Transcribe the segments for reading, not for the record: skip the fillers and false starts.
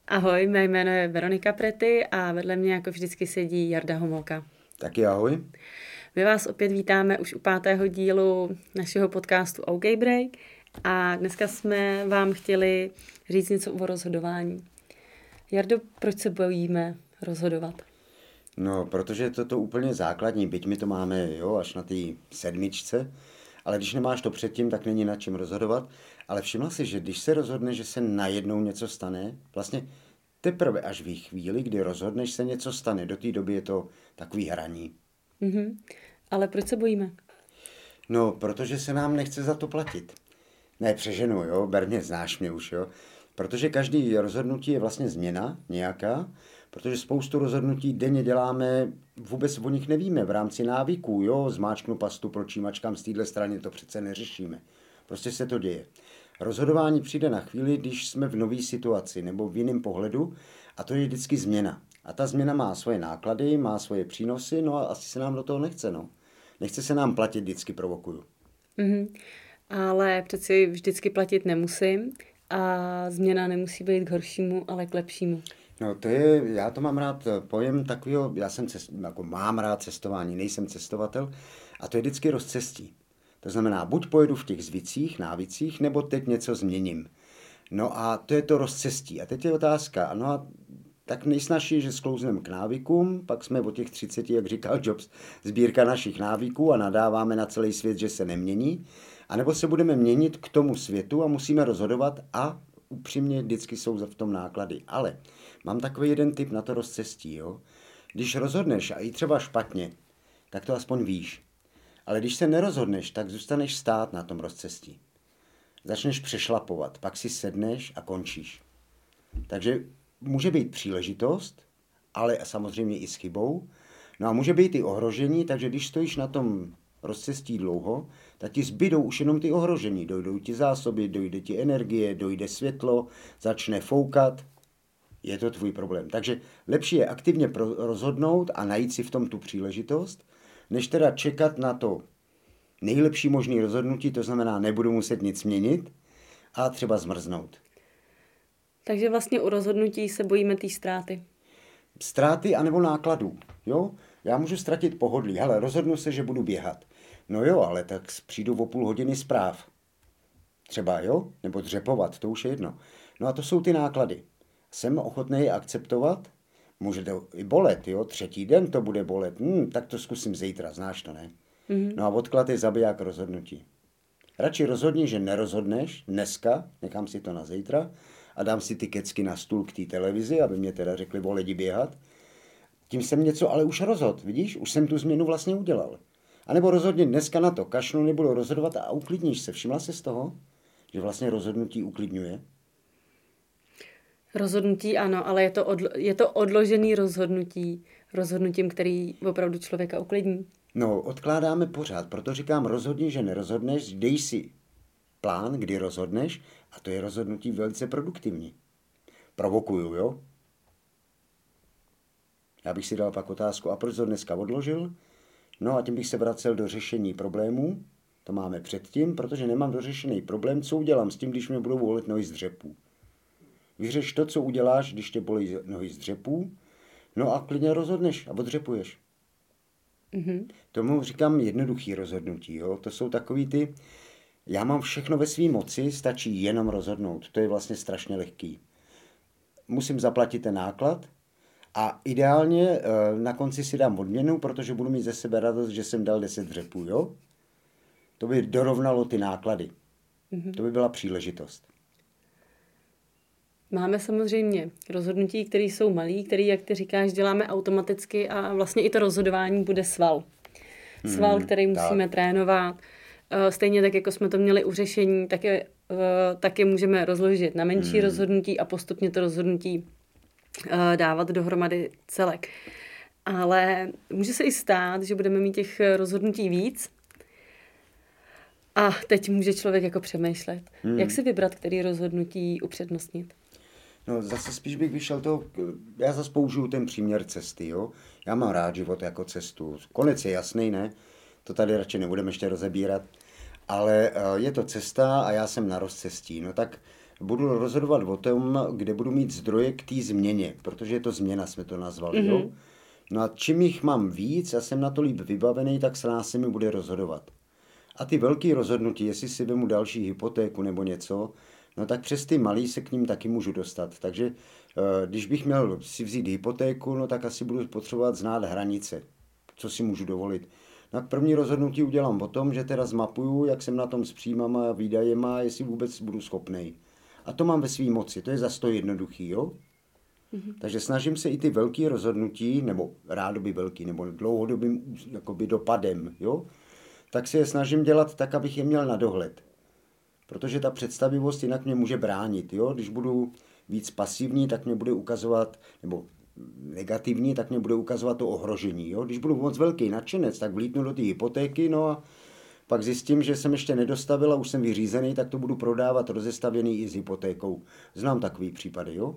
Ahoj, mé jméno je Veronika Prety a vedle mě jako vždycky sedí Jarda Homolka. Taky ahoj. My vás opět vítáme už u 5. dílu našeho podcastu OK Break a dneska jsme vám chtěli říct něco o rozhodování. Jardo, proč se bojíme rozhodovat? No, protože je to úplně základní, byť my to máme až na té 7, ale když nemáš to předtím, tak není na čem rozhodovat. Ale všimla si, že když se rozhodne, že se najednou něco stane, vlastně teprve až v chvíli, kdy rozhodneš, se něco stane. Do té doby je to takový hraní. Ale proč se bojíme? No, protože se nám nechce za to platit. Ne, přeženu, ber mě, znáš mě už, Protože každý rozhodnutí je vlastně změna nějaká, protože spoustu rozhodnutí denně děláme, vůbec o nich nevíme, v rámci návyků, zmáčknu pastu, proč mačkám z téhle strany, to přece neřešíme. Prostě se to děje. Rozhodování přijde na chvíli, když jsme v nové situaci nebo v jiném pohledu a to je vždycky změna. A ta změna má svoje náklady, má svoje přínosy, no a asi se nám do toho nechce, no. Nechce se nám platit, vždycky provokuju. Ale přeci vždycky platit nemusím a změna nemusí být k horšímu, ale k lepšímu. No já to mám rád pojem takového, mám rád cestování, nejsem cestovatel a to je vždycky rozcestí. To znamená, buď pojedu v těch zvicích, návicích, nebo teď něco změním. No a to je to rozcestí. A teď je otázka, no a tak nejsnažší je, že sklouzneme k návykům, pak jsme o těch 30, jak říkal Jobs, sbírka našich návyků a nadáváme na celý svět, že se nemění. A nebo se budeme měnit k tomu světu a musíme rozhodovat a upřímně vždycky jsou v tom náklady. Ale mám takový jeden tip na to rozcestí, Když rozhodneš a i třeba špatně, tak to aspoň víš. Ale když se nerozhodneš, tak zůstaneš stát na tom rozcestí. Začneš přešlapovat, pak si sedneš a končíš. Takže může být příležitost, ale samozřejmě i s chybou. No a může být i ohrožení, takže když stojíš na tom rozcestí dlouho, tak ti zbydou už jenom ty ohrožení. Dojdou ti zásoby, dojde ti energie, dojde světlo, začne foukat. Je to tvůj problém. Takže lepší je aktivně rozhodnout a najít si v tom tu příležitost, než teda čekat na to nejlepší možné rozhodnutí, to znamená, nebudu muset nic měnit a třeba zmrznout. Takže vlastně u rozhodnutí se bojíme té ztráty. Ztráty anebo nákladů, Já můžu ztratit pohodlí, hele, rozhodnu se, že budu běhat. No ale tak přijdu o půl hodiny zpráv. Třeba, nebo dřepovat, to už je jedno. No a to jsou ty náklady. Jsem ochotný je akceptovat? Může to i bolet, 3. den to bude bolet. Tak to zkusím zítra, znáš to, ne? No a odklad je zabiják rozhodnutí. Radši rozhodni, že nerozhodneš dneska, nechám si to na zítra a dám si ty kecky na stůl k té televizi, aby mě teda řekli, lidi běhat. Tím jsem něco ale už rozhodl, vidíš? Už jsem tu změnu vlastně udělal. A nebo rozhodně dneska na to kašlu, nebudu rozhodovat a uklidníš se. Všimla jsi z toho, že vlastně rozhodnutí uklidňuje? Rozhodnutí ano, ale je to odložený rozhodnutím, který opravdu člověka uklidní. No, odkládáme pořád, proto říkám rozhodni, že nerozhodneš, dej si plán, kdy rozhodneš a to je rozhodnutí velice produktivní. Provokuju, Já bych si dal pak otázku, a proč to dneska odložil? No a tím bych se vracel do řešení problémů, to máme předtím, protože nemám dořešený problém, co udělám s tím, když mě budou bolet nohy z dřepů. Vyřeš to, co uděláš, když tě bolí nohy z dřepů, no a klidně rozhodneš a odřepuješ. Tomu říkám jednoduchý rozhodnutí, To jsou takový ty, já mám všechno ve své moci, stačí jenom rozhodnout. To je vlastně strašně lehký. Musím zaplatit ten náklad a ideálně na konci si dám odměnu, protože budu mít ze sebe radost, že jsem dal 10 dřepů, To by dorovnalo ty náklady. To by byla příležitost. Máme samozřejmě rozhodnutí, které jsou malé, které, jak ty říkáš, děláme automaticky a vlastně i to rozhodování bude sval. Sval, který musíme trénovat. Stejně tak, jako jsme to měli u řešení, tak je můžeme rozložit na menší rozhodnutí a postupně to rozhodnutí dávat dohromady celek. Ale může se i stát, že budeme mít těch rozhodnutí víc a teď může člověk jako přemýšlet, jak si vybrat, který rozhodnutí upřednostnit. No zase spíš bych vyšel já zase použiju ten příměr cesty, Já mám rád život jako cestu. Konec je jasný, ne? To tady radši nebudeme ještě rozebírat. Ale je to cesta a já jsem na rozcestí. No tak budu rozhodovat o tom, kde budu mít zdroje k té změně, protože je to změna, jsme to nazvali, jo. No a čím jich mám víc a jsem na to líp vybavený, tak se nás se mi bude rozhodovat. A ty velké rozhodnutí, jestli si vemu další hypotéku nebo něco, no tak přes ty malý se k ním taky můžu dostat. Takže když bych měl si vzít hypotéku, no tak asi budu potřebovat znát hranice, co si můžu dovolit. No první rozhodnutí udělám o tom, že teda zmapuju, jak jsem na tom s příjmama a výdajema, jestli vůbec budu schopnej. A to mám ve své moci, to je zas to jednoduchý, jo? Takže snažím se i ty velké rozhodnutí, nebo rádoby velký, nebo dlouhodobým jakoby dopadem, jo? Tak se je snažím dělat tak, abych je měl na dohled. Protože ta představivost jinak mě může bránit, jo? Když budu víc pasivní, tak mě bude ukazovat, nebo negativní, tak mě bude ukazovat to ohrožení, jo? Když budu moc velký nadšenec, tak vlítnu do té hypotéky, no a pak zjistím, že jsem ještě nedostavil a už jsem vyřízený, tak to budu prodávat rozestavěný i s hypotékou. Znám takový případy, jo?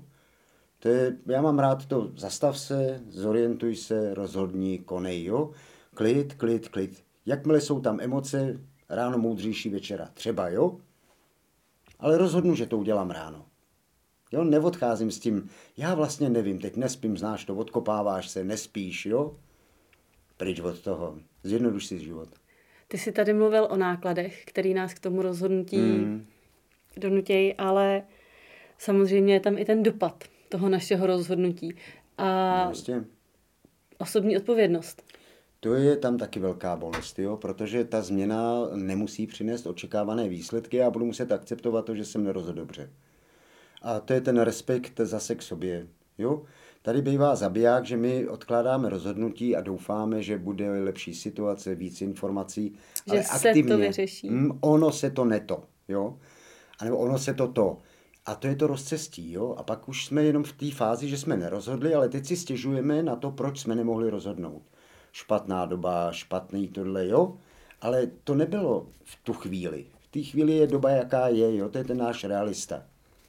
Já mám rád to, zastav se, zorientuj se, rozhodni, konej, jo? Klid, klid, klid. Jakmile jsou tam emoce, ráno moudřejší večera. Třeba, jo? Ale rozhodnu, že to udělám ráno. Jo, neodcházím s tím, já vlastně nevím, teď nespím, znáš to, odkopáváš se, nespíš, jo? Pryč od toho. Zjednoduš si život. Ty jsi tady mluvil o nákladech, který nás k tomu rozhodnutí donutějí, ale samozřejmě je tam i ten dopad toho našeho rozhodnutí. A vlastně osobní odpovědnost. To je tam taky velká bolest, jo? Protože ta změna nemusí přinést očekávané výsledky a budu muset akceptovat to, že jsem nerozhodl dobře. A to je ten respekt zase k sobě. Jo? Tady bývá zabiják, že my odkládáme rozhodnutí a doufáme, že bude lepší situace, víc informací. Že ale se aktivně, to vyřeší. Ono se to neto. Jo? A nebo ono se to. A to je to rozcestí. Jo? A pak už jsme jenom v té fázi, že jsme nerozhodli, ale teď si stěžujeme na to, proč jsme nemohli rozhodnout. Špatná doba, špatný tohle, jo? Ale to nebylo v tu chvíli. V té chvíli je doba, jaká je, jo? To je ten náš realista.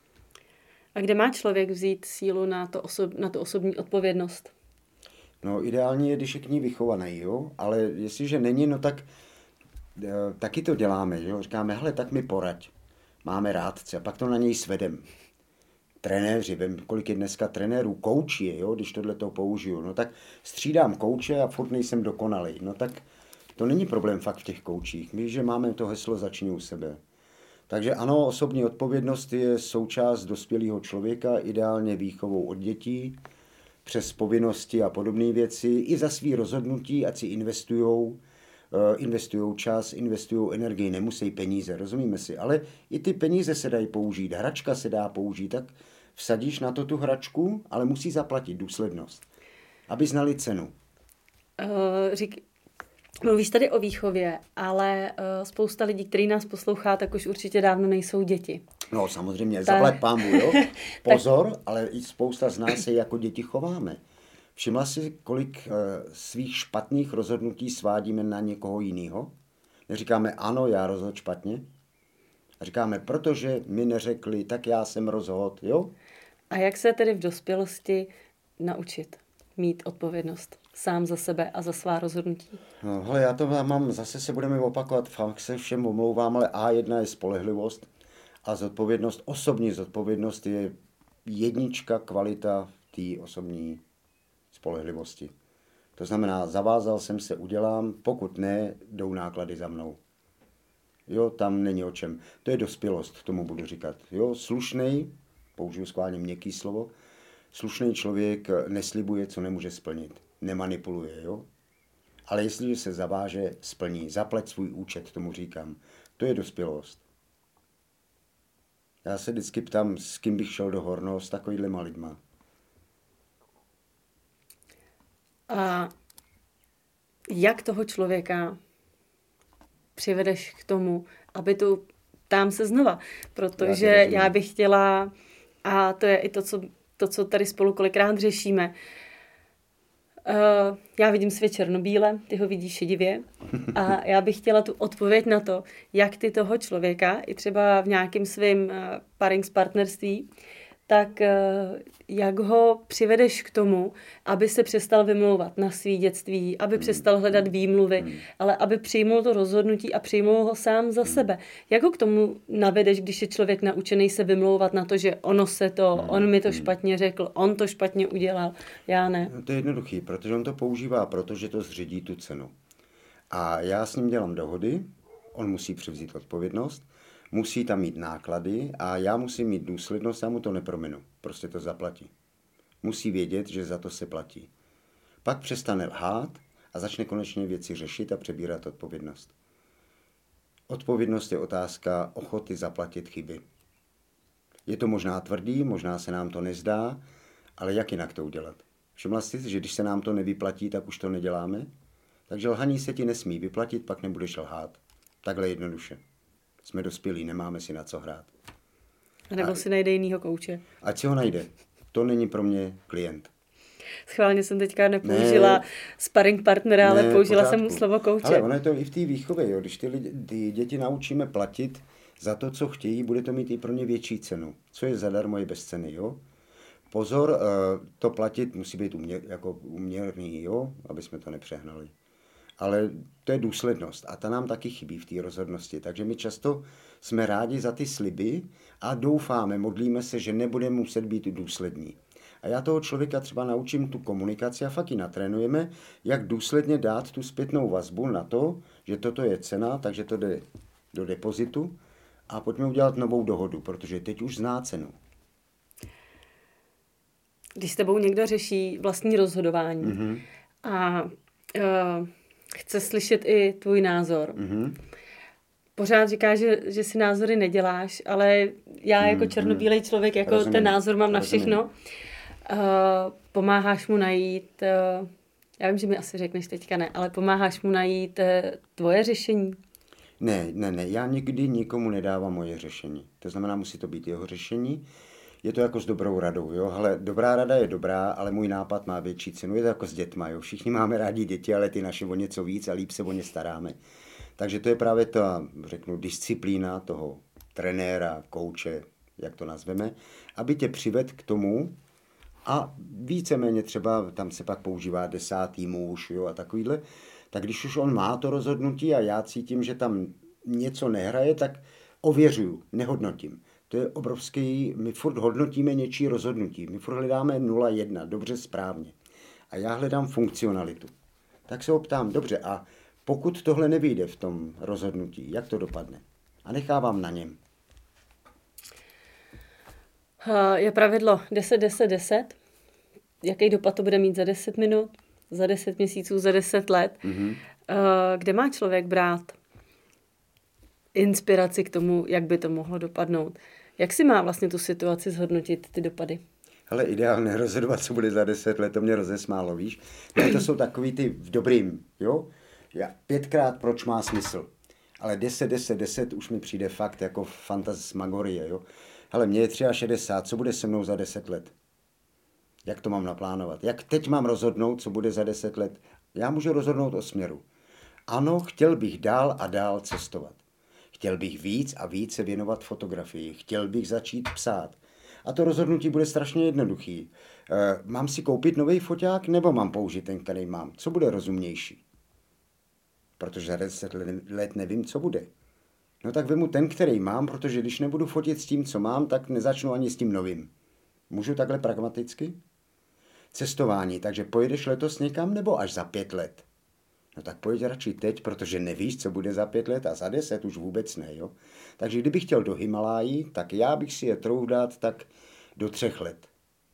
A kde má člověk vzít sílu na tu osobní odpovědnost? No ideálně je, když je k ní vychovaný, jo? Ale jestliže není, no tak taky to děláme, jo? Říkáme, hele, tak mi poraď. Máme rádce a pak to na něj svedem. Trenéři, vím, kolik je dneska trenérů, kouči je, jo? Když tohle to použiju. No tak střídám kouče a furt nejsem dokonalý. No tak to není problém fakt v těch koučích. My, že máme to heslo začni u sebe. Takže ano, osobní odpovědnost je součást dospělého člověka, ideálně výchovou od dětí, přes povinnosti a podobné věci, i za svý rozhodnutí, ať si investujou čas, investujou energii, nemusí peníze, rozumíme si, ale i ty peníze se dají použít, hračka se dá použít, tak vsadíš na to tu hračku, ale musí zaplatit důslednost, aby znali cenu. Mluvíš tady o výchově, ale spousta lidí, kteří nás poslouchá, tak už určitě dávno nejsou děti. No samozřejmě, zaplať pánbu, jo? Pozor, ale i spousta z nás se jako děti chováme. Všimla si, kolik svých špatných rozhodnutí svádíme na někoho jiného? Neříkáme, ano, já rozhodl špatně. A říkáme, protože mi neřekli, tak já jsem rozhodl, jo? A jak se tedy v dospělosti naučit mít odpovědnost sám za sebe a za svá rozhodnutí? No, hele, já to mám, zase se budeme opakovat, fakt se všem omlouvám, ale A1 je spolehlivost a zodpovědnost, osobní zodpovědnost je jednička kvalita té osobní spolehlivosti. To znamená, zavázal jsem se, udělám, pokud ne, jdou náklady za mnou. Jo, tam není o čem. To je dospělost, tomu budu říkat. Jo, slušnej, použiju schválně měkký slovo, slušný člověk neslibuje, co nemůže splnit. Nemanipuluje, jo? Ale jestliže se zaváže, splní. Zaplať svůj účet, tomu říkám. To je dospělost. Já se vždycky ptám, s kým bych šel do Horno, s takovýhlema lidma. A jak toho člověka přivedeš k tomu, aby ptám se znova, protože já bych chtěla, a to je i to, co tady spolu kolikrát řešíme, já vidím svět černobíle, ty ho vidíš šedivě a já bych chtěla tu odpověď na to, jak ty toho člověka, i třeba v nějakém svém partnerství, tak jak ho přivedeš k tomu, aby se přestal vymlouvat na svý dětství, aby přestal hledat výmluvy, ale aby přijmul to rozhodnutí a přijmul ho sám za sebe. Jak ho k tomu navedeš, když je člověk naučený se vymlouvat na to, že on mi to špatně řekl, on to špatně udělal, já ne. No, to je jednoduchý, protože on to používá, protože to zředí tu cenu. A já s ním dělám dohody, on musí převzít odpovědnost, musí tam mít náklady a já musím mít důslednost, já mu to neprominu. Prostě to zaplatí. Musí vědět, že za to se platí. Pak přestane lhát a začne konečně věci řešit a přebírat odpovědnost. Odpovědnost je otázka ochoty zaplatit chyby. Je to možná tvrdý, možná se nám to nezdá, ale jak jinak to udělat? Všimla jsi, že když se nám to nevyplatí, tak už to neděláme? Takže lhaní se ti nesmí vyplatit, pak nebudeš lhát. Takhle jednoduše. Jsme dospělí, nemáme si na co hrát. Nebo si najde jinýho kouče. Ať si ho najde. To není pro mě klient. Schválně jsem teďka nepoužila sparring partnera, ale použila jsem mu slovo kouče. Ale ono je to i v té výchově. Jo. Když ty děti naučíme platit za to, co chtějí, bude to mít i pro ně větší cenu. Co je zadarmo, je bez ceny. Jo? Pozor, to platit musí být uměrný, jo? Aby jsme to nepřehnali. Ale to je důslednost a ta nám taky chybí v té rozhodnosti. Takže my často jsme rádi za ty sliby a doufáme, modlíme se, že nebudeme muset být důslední. A já toho člověka třeba naučím tu komunikaci a fakt ji natrénujeme, jak důsledně dát tu zpětnou vazbu na to, že toto je cena, takže to jde do depozitu a pojďme udělat novou dohodu, protože teď už zná cenu. Když s tebou někdo řeší vlastní rozhodování a chce slyšet i tvůj názor. Pořád říkáš, že si názory neděláš, ale já jako černobílej člověk, jako rozumím, ten názor mám na všechno. Pomáháš mu najít, já vím, že mi asi řekneš teďka ne, ale pomáháš mu najít tvoje řešení? Ne, já nikdy nikomu nedávám moje řešení. To znamená, musí to být jeho řešení. Je to jako s dobrou radou, jo. Hele, dobrá rada je dobrá, ale můj nápad má větší cenu. Je to jako s dětma, jo. Všichni máme rádi děti, ale ty naše o něco víc a líp se o ně staráme. Takže to je právě ta, řeknu, disciplína toho trenéra, kouče, jak to nazveme, aby tě přived k tomu a víceméně třeba tam se pak používá 10. muž, jo, a takovýhle. Tak když už on má to rozhodnutí a já cítím, že tam něco nehraje, tak ověřuju, nehodnotím. To je obrovský, my furt hodnotíme něčí rozhodnutí. My furt hledáme 0,1, dobře, správně. A já hledám funkcionalitu. Tak se ho ptám, dobře, a pokud tohle nevyjde v tom rozhodnutí, jak to dopadne? A nechávám na něm. Je pravidlo 10-10-10. Jaký dopad to bude mít za 10 minut, za 10 měsíců, za 10 let? Kde má člověk brát inspiraci k tomu, jak by to mohlo dopadnout? Jak si má vlastně tu situaci zhodnotit, ty dopady? Hele, ideálně rozhodovat, co bude za 10 let, to mě rozesmálo, víš? No, to jsou takový ty v dobrým, jo? 5krát proč má smysl. Ale 10 už mi přijde fakt jako fantasmagorie, jo? Hele, mě je 63, co bude se mnou za 10 let? Jak to mám naplánovat? Jak teď mám rozhodnout, co bude za 10 let? Já můžu rozhodnout o směru. Ano, chtěl bych dál a dál cestovat. Chtěl bych víc a víc se věnovat fotografii. Chtěl bych začít psát. A to rozhodnutí bude strašně jednoduchý. Mám si koupit nový foťák nebo mám použít ten, který mám? Co bude rozumnější? Protože za 10 let nevím, co bude. No tak vemu ten, který mám, protože když nebudu fotit s tím, co mám, tak nezačnu ani s tím novým. Můžu takhle pragmaticky? Cestování, takže pojedeš letos někam nebo až za 5 let? No tak pojď radši teď, protože nevíš, co bude za 5 let a za 10 už vůbec ne, jo? Takže kdybych chtěl do Himalájí, tak já bych si je trouf dát tak do 3 let.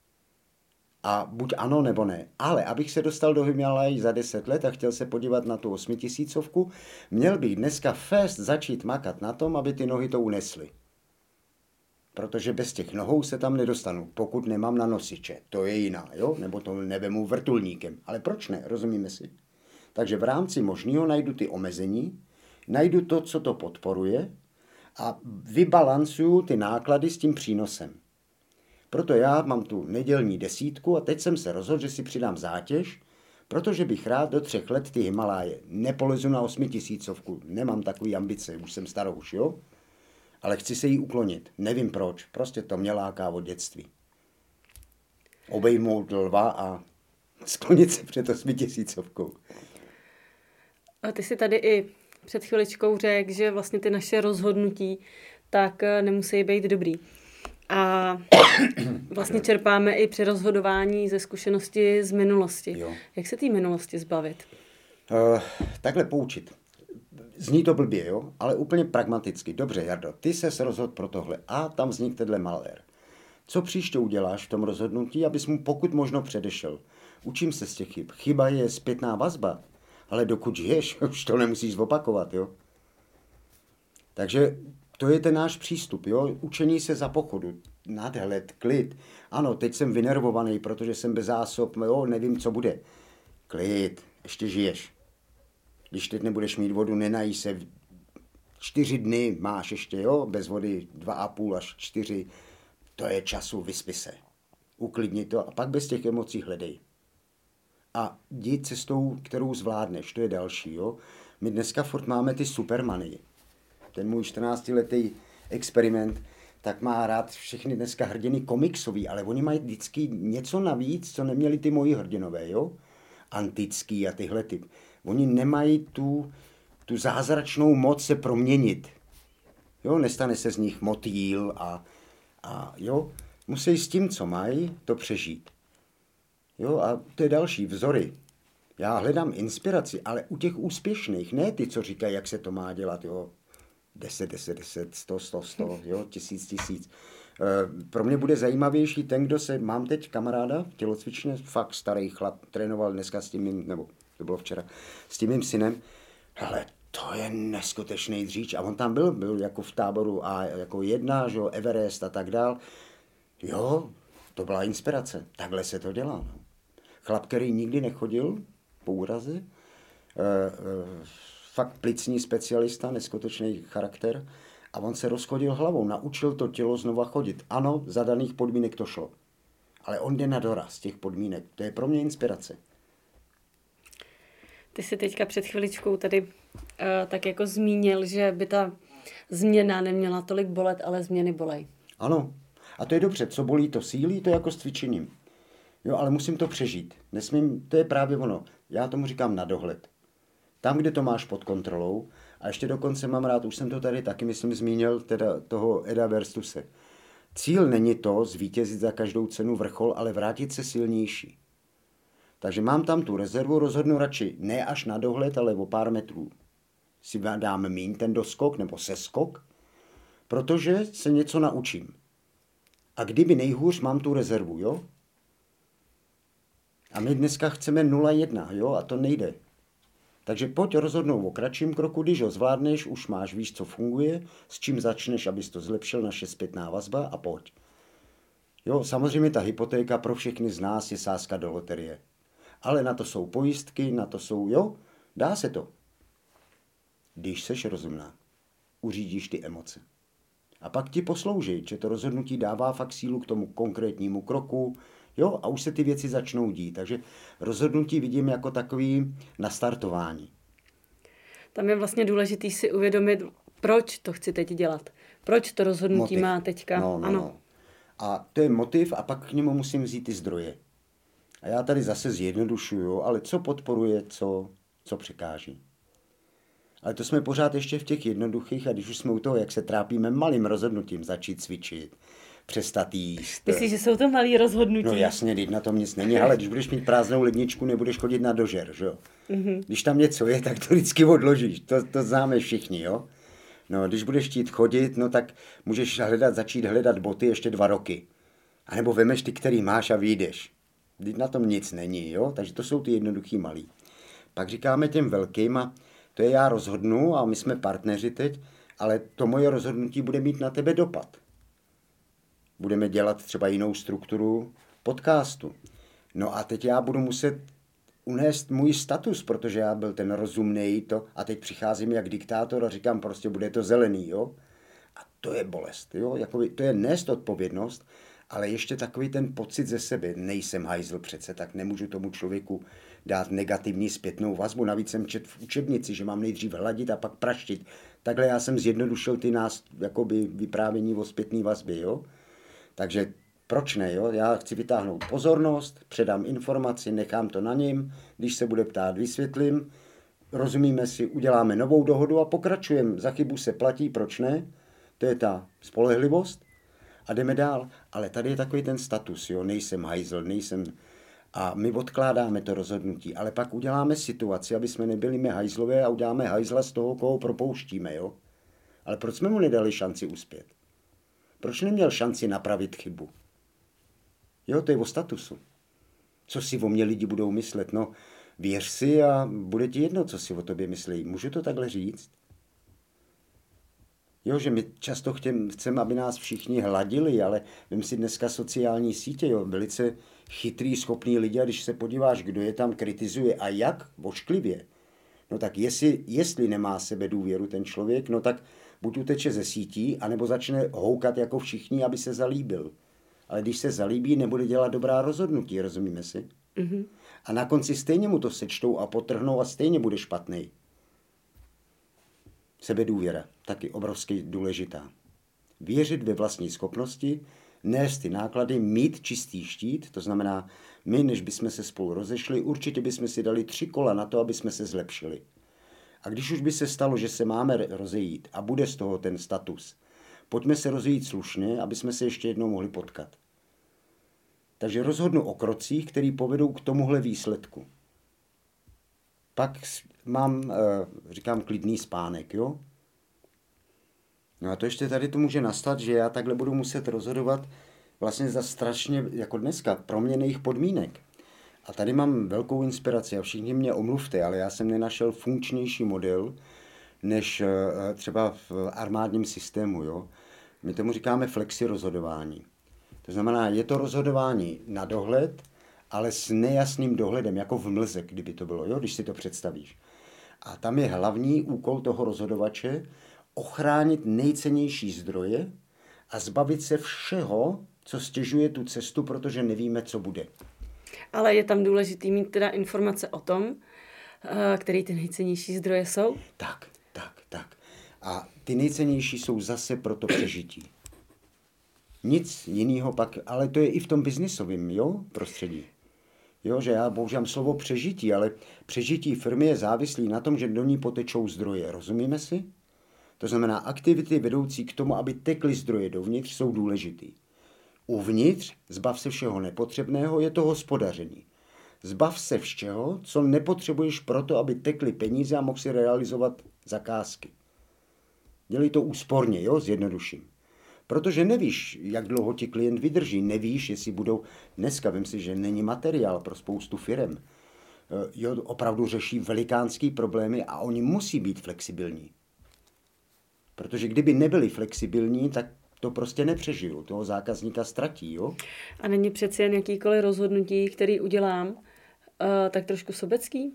A buď ano, nebo ne. Ale abych se dostal do Himalájí za 10 let a chtěl se podívat na tu 8000, měl bych dneska fest začít makat na tom, aby ty nohy to unesly. Protože bez těch nohou se tam nedostanu, pokud nemám na nosiče. To je jiná, jo? Nebo to nevemu vrtulníkem. Ale proč ne? Rozumíme si? Takže v rámci možného najdu ty omezení, najdu to, co to podporuje a vybalancuju ty náklady s tím přínosem. Proto já mám tu nedělní 10 a teď jsem se rozhodl, že si přidám zátěž, protože bych rád do 3 let ty Himaláje. Nepolezu na 8000, nemám takový ambice, už jsem už, jo? Ale chci se jí uklonit. Nevím proč, prostě to mě láká od dětství. Obejmout lva a sklonit se před 8000. A ty si tady i před chviličkou řekl, že vlastně ty naše rozhodnutí tak nemusí být dobrý. A vlastně čerpáme i při rozhodování ze zkušenosti z minulosti. Jo. Jak se té minulosti zbavit? Takhle poučit. Zní to blbě, jo? Ale úplně pragmaticky. Dobře, Jardo, ty ses rozhodl pro tohle a tam vznikl tenhle malér. Co příště uděláš v tom rozhodnutí, abys mu pokud možno předešel? Učím se z těch chyb. Chyba je zpětná vazba, ale dokud žiješ, už to nemusíš opakovat, jo? Takže to je ten náš přístup, jo? Učení se za pochodu, nadhled, klid. Ano, teď jsem vynervovaný, protože jsem bez zásob, jo, nevím, co bude. Klid, ještě žiješ. Když teď nebudeš mít vodu, nenají se. 4 dny máš ještě, jo, bez vody 2,5 až 4. To je času, vyspí se. Uklidni to a pak bez těch emocí hledej. A jdi cestou, kterou zvládneš, to je další, jo. My dneska furt máme ty supermany. Ten můj 14letý experiment, tak má rád všechny dneska hrdiny komiksový, ale oni mají vždycky něco navíc, co neměli ty moji hrdinové, jo. Antický a tyhle typ. Oni nemají tu zázračnou moc se proměnit. Jo, nestane se z nich motýl a jo, musí s tím, co mají, to přežít. Jo, a to je další, vzory. Já hledám inspiraci, ale u těch úspěšných, ne ty, co říkají, jak se to má dělat, jo. 10, 100, jo, 1000. Pro mě bude zajímavější ten, kdo mám teď kamaráda v tělocvičně, fakt starý chlap, trénoval dneska s tím mým, nebo to bylo včera, s tím mým synem. Hele, to je neskutečný dříč. A on tam byl jako v táboru a jako 1, že jo, Everest a tak dál. Jo, to byla inspirace. Takhle se to dělá. No. Chlap, který nikdy nechodil po úraze, fakt plicní specialista, neskutečný charakter, a on se rozchodil hlavou, naučil to tělo znova chodit. Ano, za daných podmínek to šlo. Ale on jde na doraz těch podmínek. To je pro mě inspirace. Ty jsi teďka před chviličkou tady tak jako zmínil, že by ta změna neměla tolik bolet, ale změny bolej. Ano. A to je dobře. Co bolí, to sílí, to je jako s cvičením. Jo, ale musím to přežít. Nesmím, to je právě ono. Já tomu říkám na dohled. Tam, kde to máš pod kontrolou, a ještě dokonce mám rád, už jsem to tady taky, myslím, zmínil, teda toho Eda Verstuse. Cíl není to zvítězit za každou cenu vrchol, ale vrátit se silnější. Takže mám tam tu rezervu, rozhodnu radši ne až na dohled, ale o pár metrů. Si dám míň ten doskok nebo seskok, protože se něco naučím. A kdyby nejhůř, mám tu rezervu, jo? A my dneska chceme 0,1, jo? A to nejde. Takže pojď rozhodnout o kratším kroku, když ho zvládneš, už máš, víš, co funguje, s čím začneš, abys to zlepšil, naše zpětná vazba a pojď. Jo, samozřejmě ta hypotéka pro všechny z nás je sázka do loterie. Ale na to jsou pojistky, na to jsou, jo, dá se to. Když seš rozumná, uřídíš ty emoce. A pak ti poslouží, že to rozhodnutí dává fakt sílu k tomu konkrétnímu kroku, jo, a už se ty věci začnou dít. Takže rozhodnutí vidím jako takový nastartování. Tam je vlastně důležitý si uvědomit, proč to chci teď dělat. Proč to rozhodnutí Motiv. má teďka. No. A to je motiv a pak k němu musím vzít ty zdroje. A já tady zase zjednodušuju, ale co podporuje, co překáží. Ale to jsme pořád ještě v těch jednoduchých a když už jsme u toho, jak se trápíme malým rozhodnutím, začít cvičit, přestat jíst. Myslíš, že jsou to malý rozhodnutí? No jasně, teď na tom nic není, ale když budeš mít prázdnou ledničku, nebudeš chodit na dožer, že jo? Mm-hmm. Když tam něco je, tak to vždycky odložíš, to známe všichni, jo? No, když budeš chtít chodit, no tak můžeš začít hledat boty ještě 2 roky. A nebo vemeš ty, který máš a vyjdeš. Teď na tom nic není, jo? Takže to jsou ty jednoduchý malí. Pak říkáme těm velkým, to je já rozhodnu a my jsme partneři teď, ale to moje rozhodnutí bude mít na tebe dopad. Budeme dělat třeba jinou strukturu podcastu. No a teď já budu muset unést můj status, protože já byl ten rozumnej a teď přicházím jak diktátor a říkám prostě bude to zelený, jo. A to je bolest, jo. Jakoby, to je nést odpovědnost, ale ještě takový ten pocit ze sebe. Nejsem hajzl přece, tak nemůžu tomu člověku dát negativní zpětnou vazbu. Navíc jsem četl v učebnici, že mám nejdřív hladit a pak praštit. Takhle já jsem zjednodušil ty vyprávění o zpětné vazbě, jo. Takže Proč ne, jo? Já chci vytáhnout pozornost, předám informaci, nechám to na něm, když se bude ptát, vysvětlím, rozumíme si, uděláme novou dohodu a pokračujeme. Za chybu se platí, proč ne? To je ta spolehlivost a jdeme dál. Ale tady je takový ten status, jo? Nejsem hajzl, nejsem... A my odkládáme to rozhodnutí, ale pak uděláme situaci, aby jsme nebyli my hajzlové a uděláme hajzla z toho, koho propouštíme, jo? Ale proč jsme mu nedali šanci uspět? Proč neměl šanci napravit chybu? Jo, to je o statusu. Co si o mě lidi budou myslet? No, věř si a bude ti jedno, co si o tobě myslí. Můžu to takhle říct? Jo, že my často chceme, aby nás všichni hladili, ale vem si dneska sociální sítě, jo, velice chytrý, schopný lidi, a když se podíváš, kdo je tam kritizuje a jak, vošklivě, no tak jestli nemá sebe důvěru ten člověk, no tak buď uteče ze sítí, anebo začne houkat jako všichni, aby se zalíbil. Ale když se zalíbí, nebude dělat dobrá rozhodnutí, rozumíme si? Mm-hmm. A na konci stejně mu to sečtou a potrhnou a stejně bude špatný. Sebedůvěra, taky obrovsky důležitá. Věřit ve vlastní schopnosti, nést ty náklady, mít čistý štít, to znamená, my, než bychom se spolu rozešli, určitě bychom si dali 3 kola na to, aby jsme se zlepšili. A když už by se stalo, že se máme rozejít a bude z toho ten status, pojďme se rozejít slušně, aby jsme se ještě jednou mohli potkat. Takže rozhodnu o krocích, které povedou k tomuhle výsledku. Pak mám, říkám, klidný spánek, jo? No a to ještě tady to může nastat, že já takhle budu muset rozhodovat vlastně za strašně, jako dneska, proměnných podmínek. A tady mám velkou inspiraci a všichni mě omluvte, ale já jsem nenašel funkčnější model, než třeba v armádním systému, jo? My tomu říkáme flexi rozhodování. To znamená, je to rozhodování na dohled, ale s nejasným dohledem, jako v mlze, kdyby to bylo, jo? Když si to představíš. A tam je hlavní úkol toho rozhodovače ochránit nejcennější zdroje a zbavit se všeho, co stěžuje tu cestu, protože nevíme, co bude. Ale je tam důležitý mít teda informace o tom, který ty nejcennější zdroje jsou? Tak. A ty nejcennější jsou zase pro to přežití. Nic jiného pak, ale to je i v tom biznisovém, jo, prostředí. Jo, že já používám slovo přežití, ale přežití firmy je závislý na tom, že do ní potečou zdroje. Rozumíme si? To znamená, aktivity vedoucí k tomu, aby tekly zdroje dovnitř, jsou důležitý. Uvnitř, zbav se všeho nepotřebného, je to hospodaření. Zbav se všeho, co nepotřebuješ proto, aby tekly peníze a mohl si realizovat zakázky. Dělej to úsporně, jo, zjednoduším. Protože nevíš, jak dlouho ti klient vydrží, nevíš, jestli budou... Dneska vem si, že není materiál pro spoustu firem. Jo, opravdu řeší velikánský problémy a oni musí být flexibilní. Protože kdyby nebyli flexibilní, tak to prostě nepřežijou. Toho zákazníka ztratí, jo? A není přeci jen jakýkoliv rozhodnutí, který udělám, tak trošku sobecký?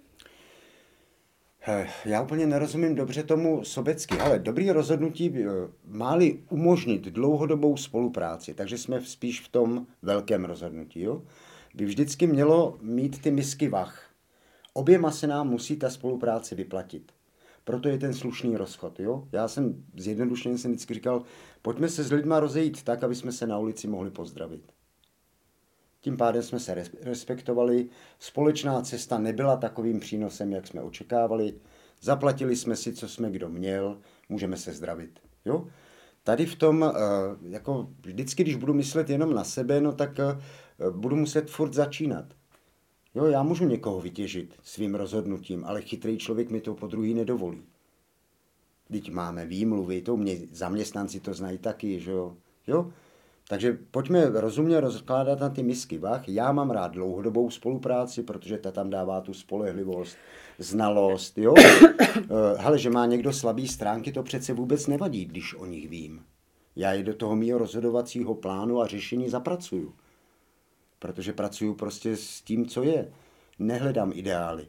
Já úplně nerozumím dobře tomu sobecky, ale dobrý rozhodnutí má-li umožnit dlouhodobou spolupráci, takže jsme spíš v tom velkém rozhodnutí, jo? By vždycky mělo mít ty misky vah. Oběma se nám musí ta spolupráce vyplatit. Proto je ten slušný rozchod, jo? Já jsem zjednodušeně vždycky říkal, pojďme se s lidma rozejít tak, aby jsme se na ulici mohli pozdravit. Tím pádem jsme se respektovali, společná cesta nebyla takovým přínosem, jak jsme očekávali, zaplatili jsme si, co jsme kdo měl, můžeme se zdravit. Jo? Tady v tom, jako vždycky, když budu myslet jenom na sebe, no tak budu muset furt začínat. Jo, já můžu někoho vytěžit svým rozhodnutím, ale chytrý člověk mi to po druhý nedovolí. Vždyť máme výmluvy, to mě zaměstnanci to znají taky, že jo? Jo? Takže pojďme rozumně rozkládat na ty misky vah. Já mám rád dlouhodobou spolupráci, protože ta tam dává tu spolehlivost, znalost, jo? Hele, že má někdo slabý stránky, to přece vůbec nevadí, když o nich vím. Já je do toho mýho rozhodovacího plánu a řešení zapracuju. Protože pracuju prostě s tím, co je. Nehledám ideály.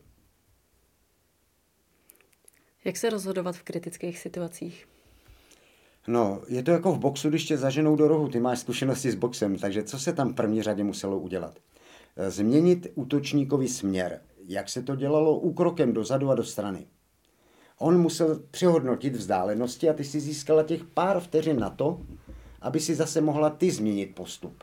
Jak se rozhodovat v kritických situacích? No, je to jako v boxu, když tě zaženou do rohu, ty máš zkušenosti s boxem, takže co se tam v první řadě muselo udělat? Změnit útočníkový směr, jak se to dělalo úkrokem dozadu a do strany. On musel přehodnotit vzdálenosti a ty si získala těch pár vteřin na to, aby si zase mohla ty změnit postup.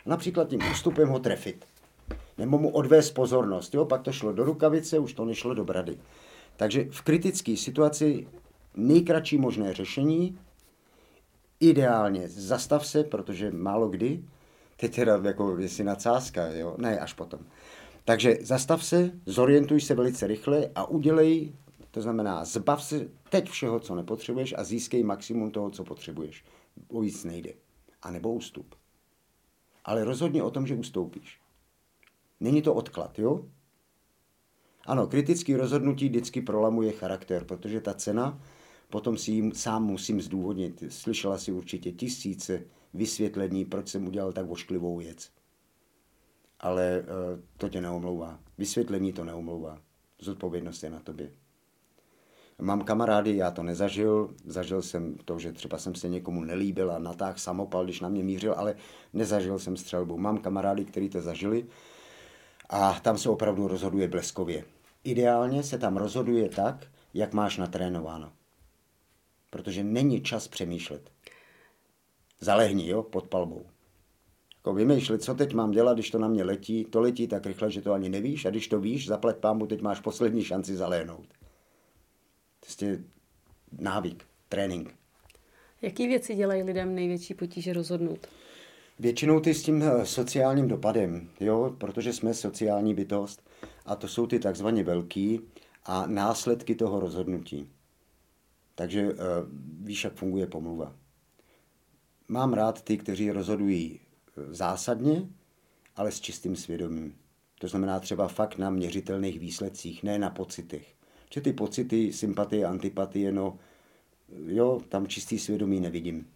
Například tím ústupem ho trefit. Nebo mu odvést pozornost. Jo? Pak to šlo do rukavice, už to nešlo do brady. Takže v kritické situaci nejkratší možné řešení, ideálně zastav se, protože málo kdy, teď teda jako jestli nadsázka, jo? Ne, až potom. Takže zastav se, zorientuj se velice rychle a udělej, to znamená zbav se teď všeho, co nepotřebuješ a získej maximum toho, co potřebuješ. O víc nejde. A nebo ústup. Ale rozhodně o tom, že ustoupíš. Není to odklad, jo? Ano, kritický rozhodnutí vždycky prolamuje charakter, protože ta cena, potom si ji sám musím zdůvodnit. Slyšela si určitě tisíce vysvětlení, proč jsem udělal tak ošklivou věc. Ale to tě neomlouvá. Vysvětlení to neomlouvá. Zodpovědnost je na tobě. Mám kamarády, já to nezažil. Zažil jsem to, že třeba jsem se někomu nelíbil a natáhl samopal, když na mě mířil, ale nezažil jsem střelbu. Mám kamarády, kteří to zažili a tam se opravdu rozhoduje bleskově. Ideálně se tam rozhoduje tak, jak máš natrénováno. Protože není čas přemýšlet. Zalehni, jo, pod palbou. Jako vymýšlet, co teď mám dělat, když to na mě letí, to letí tak rychle, že to ani nevíš a když to víš, zaplať pánbu, teď máš poslední šanci zaléhnout. Prostě návyk, trénink. Jaký věci dělají lidem největší potíže rozhodnout? Většinou ty s tím sociálním dopadem, jo, protože jsme sociální bytost a to jsou ty takzvaně velký a následky toho rozhodnutí. Takže víš, jak funguje pomluva. Mám rád ty, kteří rozhodují zásadně, ale s čistým svědomím. To znamená třeba fakt na měřitelných výsledcích, ne na pocitech. Že ty pocity, sympatie, antipatie, no jo, tam čistý svědomí nevidím.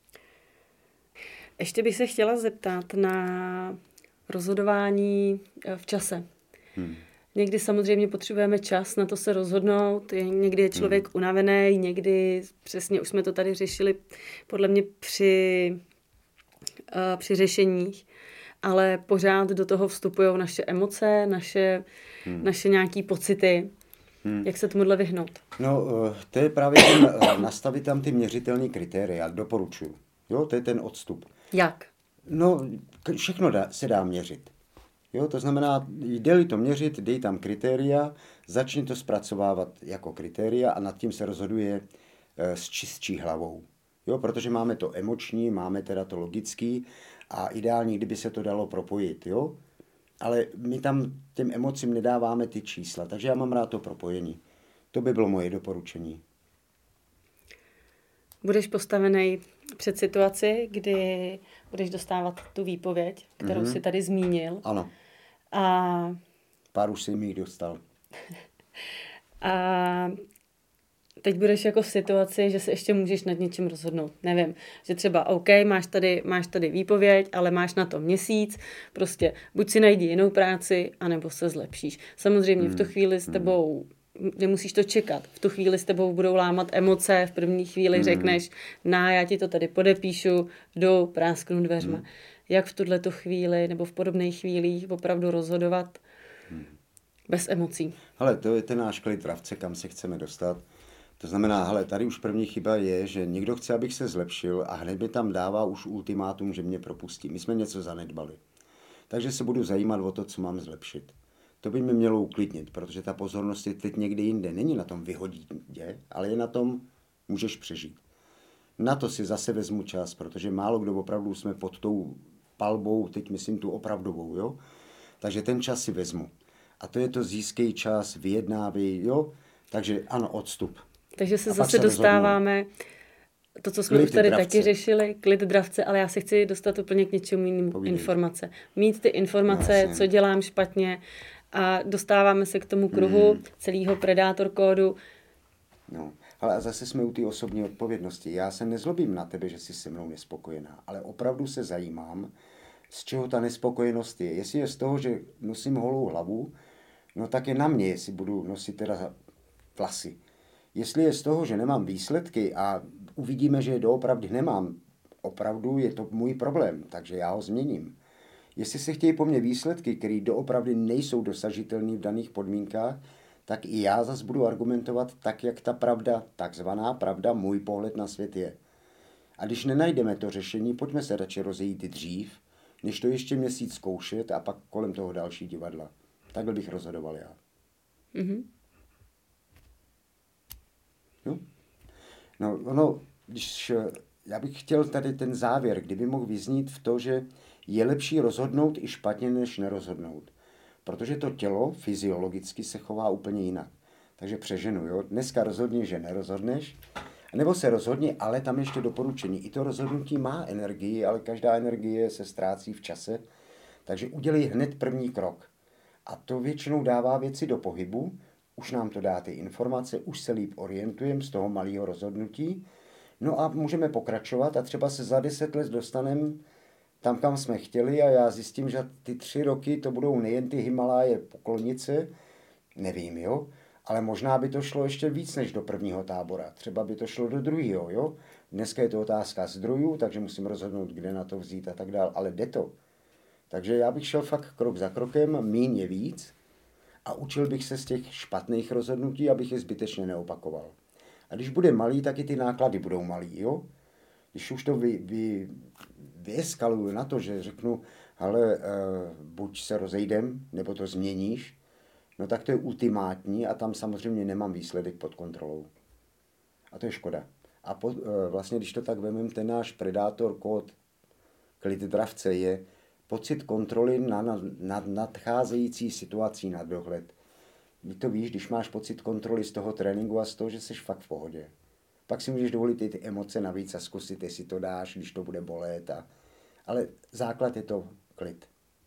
Ještě bych se chtěla zeptat na rozhodování v čase. Někdy samozřejmě potřebujeme čas na to se rozhodnout, někdy je člověk unavený, někdy, přesně už jsme to tady řešili, podle mě při řešeních, ale pořád do toho vstupují naše emoce, naše nějaké pocity. Jak se tomuhle vyhnout? No, to je právě nastavit tam ty měřitelné kritéria, doporučuji. Jo, to je ten odstup. Jak? No, všechno se dá měřit. Jo, to znamená, jde-li to měřit, dej tam kritéria, začni to zpracovávat jako kritéria a nad tím se rozhoduje s čistší hlavou. Jo, protože máme to emoční, máme teda to logický a ideální, kdyby se to dalo propojit, jo. Ale my tam těm emocím nedáváme ty čísla, takže já mám rád to propojení. To by bylo moje doporučení. Budeš postavený před situaci, kdy budeš dostávat tu výpověď, kterou si tady zmínil. Ano. A pár už jsem jich dostal. A teď budeš jako v situaci, že se ještě můžeš nad něčím rozhodnout. Nevím, že třeba OK, máš tady výpověď, ale máš na to měsíc, prostě buď si najdi jinou práci, anebo se zlepšíš. Samozřejmě v tu chvíli s tebou nemusíš to čekat. V tu chvíli s tebou budou lámat emoce, v první chvíli řekneš, já ti to tady podepíšu, jdu, prásknu dveřma. Jak v tuhletu chvíli nebo v podobných chvílích opravdu rozhodovat bez emocí? Hele, to je ten náš klid vravce, kam se chceme dostat. To znamená, hele, tady už první chyba je, že někdo chce, abych se zlepšil a hned mi tam dává už ultimátum, že mě propustí. My jsme něco zanedbali. Takže se budu zajímat o to, co mám zlepšit. To by mě mělo uklidnit, protože ta pozornost je teď někde jinde. Není na tom vyhodit tě, ale je na tom, můžeš přežít. Na to si zase vezmu čas, protože málo kdo opravdu jsme pod tou palbou, teď myslím tu opravdovou, jo? Takže ten čas si vezmu. A to je to získej čas, vyjednávej, jo? Takže ano, odstup. Takže se zase dostáváme, to, co jsme už tady taky řešili, klid dravce, ale já se chci dostat úplně k něčemu jinému. Informace. Mít ty informace, co dělám špatně a dostáváme se k tomu kruhu celého predátor kódu. No, ale a zase jsme u té osobní odpovědnosti. Já se nezlobím na tebe, že jsi se mnou nespokojená, ale opravdu se zajímám, z čeho ta nespokojenost je. Jestli je z toho, že nosím holou hlavu, no tak je na mě, jestli budu nosit teda vlasy. Jestli je z toho, že nemám výsledky a uvidíme, že je doopravdy nemám, opravdu je to můj problém, takže já ho změním. Jestli se chtějí po mně výsledky, které doopravdy nejsou dosažitelné v daných podmínkách, tak i já zas budu argumentovat tak, jak ta pravda, takzvaná pravda, můj pohled na svět je. A když nenajdeme to řešení, pojďme se radši rozejít dřív, než to ještě měsíc zkoušet a pak kolem toho další divadla. Takhle bych rozhodoval já. Mm-hmm. Jo? No, když já bych chtěl tady ten závěr, kdyby mohl vyznít v to, že je lepší rozhodnout i špatně, než nerozhodnout. Protože to tělo fyziologicky se chová úplně jinak. Takže přeženu, jo. Dneska rozhodni, že nerozhodneš, nebo se rozhodni, ale tam ještě doporučení. I to rozhodnutí má energii, ale každá energie se ztrácí v čase. Takže udělej hned první krok. A to většinou dává věci do pohybu, už nám to dá ty informace, už se líp orientujeme z toho malého rozhodnutí. No a můžeme pokračovat a třeba se za 10 let dostaneme tam, kam jsme chtěli a já zjistím, že ty 3 roky to budou nejen ty Himaláje poklonice, nevím, jo, ale možná by to šlo ještě víc než do prvního tábora, třeba by to šlo do druhého, jo. Dneska je to otázka zdrojů, takže musím rozhodnout, kde na to vzít a tak dál, ale jde to. Takže já bych šel fakt krok za krokem, míň je víc a učil bych se z těch špatných rozhodnutí, abych je zbytečně neopakoval. A když bude malý, tak i ty náklady budou malý, jo. Když už to vyeskaluju na to, že řeknu, hele, buď se rozejdem, nebo to změníš, no tak to je ultimátní a tam samozřejmě nemám výsledek pod kontrolou. A to je škoda. A vlastně, když to tak vememe, ten náš predátor, kód klid dravce je pocit kontroly nad nadcházející situací na dohled. Ty to víš, když máš pocit kontroly z toho tréninku a z toho, že jsi fakt v pohodě. Pak si můžeš dovolit i ty emoce navíc a zkusit, jestli to dáš, když to bude bolet. Ale základ je to klid.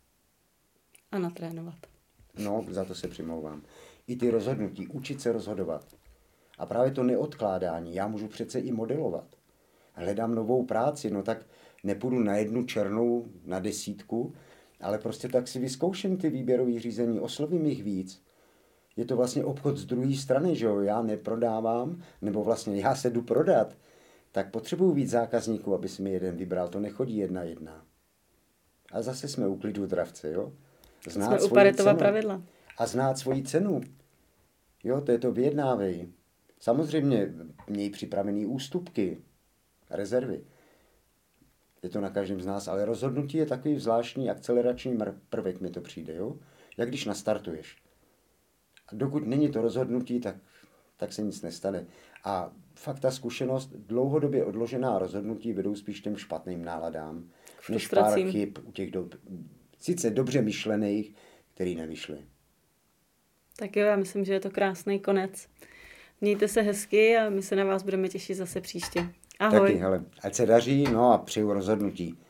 A natrénovat. No, za to se přimlouvám. I ty rozhodnutí, učit se rozhodovat. A právě to neodkládání, já můžu přece i modelovat. Hledám novou práci, no tak nepůjdu na 1 černou, na 10, ale prostě tak si vyzkouším ty výběrové řízení, oslovím jich víc. Je to vlastně obchod z druhé strany, že jo, já neprodávám, nebo vlastně já se jdu prodat, tak potřebuju víc zákazníků, aby si mi jeden vybral, to nechodí 1:1. A zase jsme u klidu dravce, jo. Jsme u Paretova pravidla. A znát svoji cenu. Jo, to je to vyjednávej. Samozřejmě měj připravený ústupky, rezervy. Je to na každém z nás, ale rozhodnutí je takový zvláštní akcelerační prvek, mi to přijde, jo. Jak když nastartuješ. A dokud není to rozhodnutí, tak se nic nestane. A fakt ta zkušenost, dlouhodobě odložená rozhodnutí vedou spíš těm špatným náladám, než pár chyb u těch sice dobře myšlených, který nevyšly. Tak jo, já myslím, že je to krásný konec. Mějte se hezky a my se na vás budeme těšit zase příště. Ahoj. Taky, hele, ať se daří, no a přeju rozhodnutí.